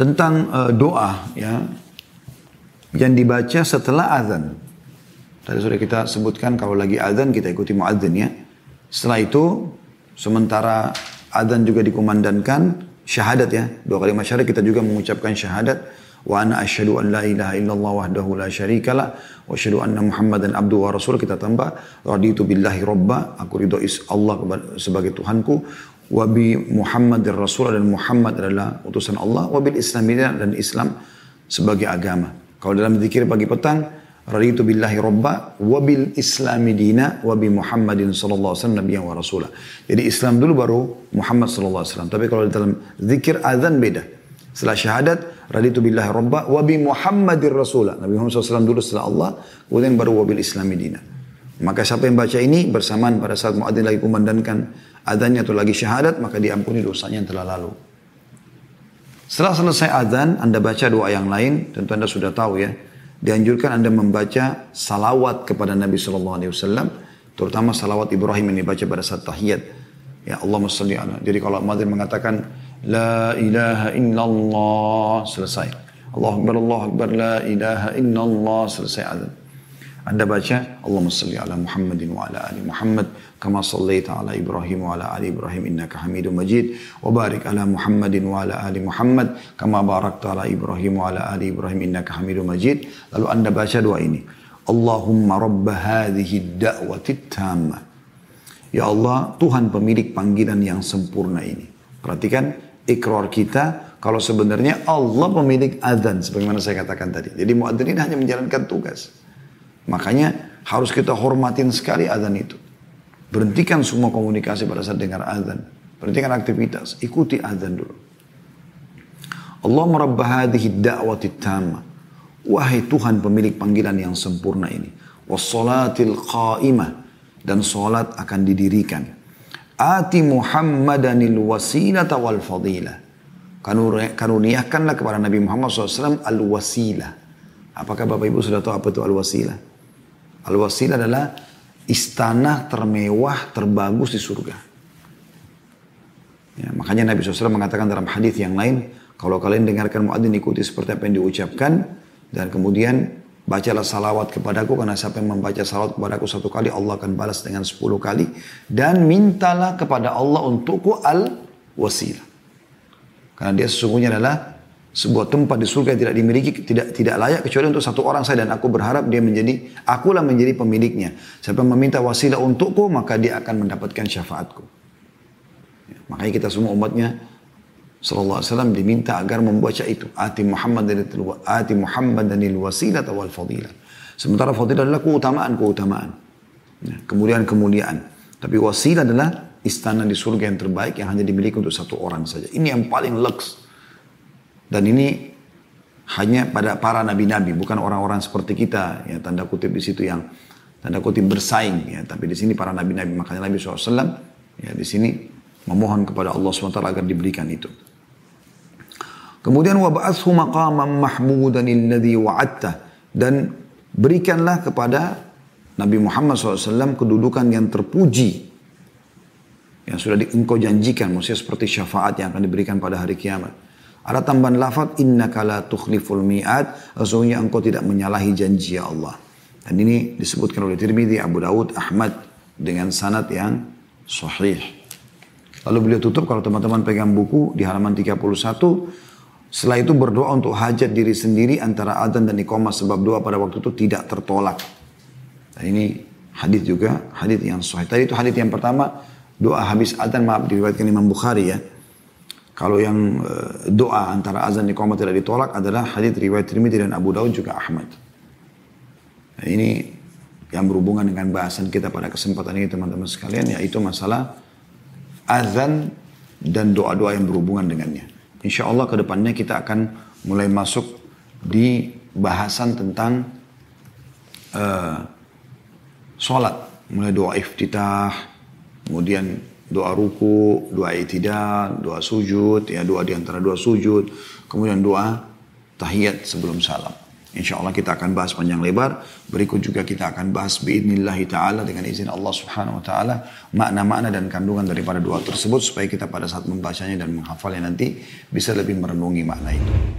tentang doa ya yang dibaca setelah azan. Tadi sudah kita sebutkan kalau lagi azan kita ikuti muadzin ya. Setelah itu sementara azan juga dikumandangkan syahadat ya. 2 kali syahadat kita juga mengucapkan syahadat. Wa ana asyhadu an la ilaha illallah wahdahu la syarikalah wa asyhadu anna Muhammadan abduhu wa rasul. Kita tambah raditu billahi robba, aku ridho Allah sebagai Tuhanku, wa bi Muhammadir rasul, dan Muhammad adalah utusan Allah, wa bil islami, dan Islam sebagai agama. Kalau dalam zikir pagi petang raditu billahi robba wa bil islami dina wa bi Muhammadin sallallahu alaihi wasallam nabiyyan wa rasulah. Jadi Islam dulu baru Muhammad sallallahu alaihi wasallam. Tapi kalau dalam zikir azan beda. Setelah syahadat, raditu billahi robba wa bi Muhammadir rasulah. Nabi Muhammad SAW dulu setelah Allah, kemudian baru wa bil islami dina. Maka siapa yang baca ini bersamaan pada saat muadzin lagi kumandangkan adzannya atau lagi syahadat, maka diampuni dosanya yang telah lalu. Setelah selesai adzan, Anda baca doa yang lain, tentu Anda sudah tahu ya. Dianjurkan Anda membaca salawat kepada Nabi SAW, terutama salawat Ibrahim yang dibaca pada saat tahiyat. Ya Allahumma salli ala. Jadi kalau muadzin mengatakan la ilaha illallah, selesai. Allahu akbar, la ilaha illallah, selesai azan. Anda baca Allahumma salli ala Muhammadin wa ala ali Muhammad kama sallaita ala Ibrahim wa ala ali Ibrahim innaka Hamidum Majid, wa barik ala Muhammadin wa ala ali Muhammad kama barakta ala Ibrahim wa ala ali Ibrahim innaka Hamidum Majid. Lalu Anda baca doa ini. Allahumma rabba hadhihi da'wati tammah. Ya Allah, Tuhan pemilik panggilan yang sempurna ini. Perhatikan ikrar kita kalau sebenarnya Allah pemilik azan sebagaimana saya katakan tadi. Jadi muadzin ini hanya menjalankan tugas. Makanya harus kita hormatin sekali azan itu. Berhentikan semua komunikasi pada saat dengar azan. Berhentikan aktivitas, ikuti azan dulu. Allahumma rabba hadhihi da'wati tammah. Wahai Tuhan pemilik panggilan yang sempurna ini. Wassalatil qa'imah. Dan salat akan didirikan. Ati Muhammadanil wasilata wal fadilah. Karuniakanlah kepada Nabi Muhammad SAW al-wasilah. Apakah Bapak Ibu sudah tahu apa itu al-wasilah? Al-wasilah adalah istana termewah, terbagus di surga. Ya, makanya Nabi SAW mengatakan dalam hadis yang lain, kalau kalian dengarkan muadzin ikuti seperti apa yang diucapkan, dan kemudian bacalah salawat kepadaku, karena siapa yang membaca salawat kepadaku 1 kali, Allah akan balas dengan 10 kali. Dan mintalah kepada Allah untukku al-wasilah. Karena dia sesungguhnya adalah sebuah tempat di surga yang tidak dimiliki, tidak layak kecuali untuk 1 orang saja. Dan aku berharap akulah menjadi pemiliknya. Siapa yang meminta wasilah untukku, maka dia akan mendapatkan syafaatku. Ya, makanya kita semua umatnya sallallahu alaihi wasallam diminta agar membaca itu. Ati Muhammadanil wasilah wal fadilah. Sementara fadilah adalah keutamaan. Ya, kemuliaan. Tapi wasilah adalah istana di surga yang terbaik yang hanya dimiliki untuk 1 orang saja. Ini yang paling lux. Dan ini hanya pada para nabi-nabi, bukan orang-orang seperti kita. Ya, tanda kutip di situ yang tanda kutip bersaing. Ya, tapi di sini para nabi-nabi. Makanya Nabi SAW ya, di sini memohon kepada Allah SWT agar diberikan itu. Kemudian wab'athu maqaman mahmudan alladhi wa'adta, dan berikanlah kepada Nabi Muhammad SAW kedudukan yang terpuji yang sudah engkau janjikan, maksudnya seperti syafaat yang akan diberikan pada hari kiamat. Ada tambahan lafaz innaka la tukhliful mi'ad, sesungguhnya engkau tidak menyalahi janji ya Allah. Dan ini disebutkan oleh Tirmidzi, Abu Daud, Ahmad dengan sanad yang sahih. Lalu beliau tutup, kalau teman-teman pegang buku di halaman 31, setelah itu berdoa untuk hajat diri sendiri antara adzan dan iqamah, sebab doa pada waktu itu tidak tertolak. Dan ini hadis juga, hadis yang sahih. Tadi itu hadis yang pertama, doa habis adzan, maaf, diriwayatkan Imam Bukhari ya. Kalau yang doa antara azan dan iqamah tidak ditolak adalah hadis riwayat Tirmidzi dan Abu Daud juga Ahmad. Nah, ini yang berhubungan dengan bahasan kita pada kesempatan ini teman-teman sekalian, yaitu masalah azan dan doa-doa yang berhubungan dengannya. Insya Allah ke depannya kita akan mulai masuk di bahasan tentang sholat. Mulai doa iftitah, kemudian doa ruku, doa i'tidal, doa sujud, ya doa di antara doa sujud, kemudian doa tahiyat sebelum salam. Insya Allah kita akan bahas panjang lebar. Berikut juga kita akan bahas biidnillahi ta'ala dengan izin Allah subhanahu wa ta'ala makna-makna dan kandungan daripada doa tersebut supaya kita pada saat membacanya dan menghafalnya nanti bisa lebih merenungi makna itu.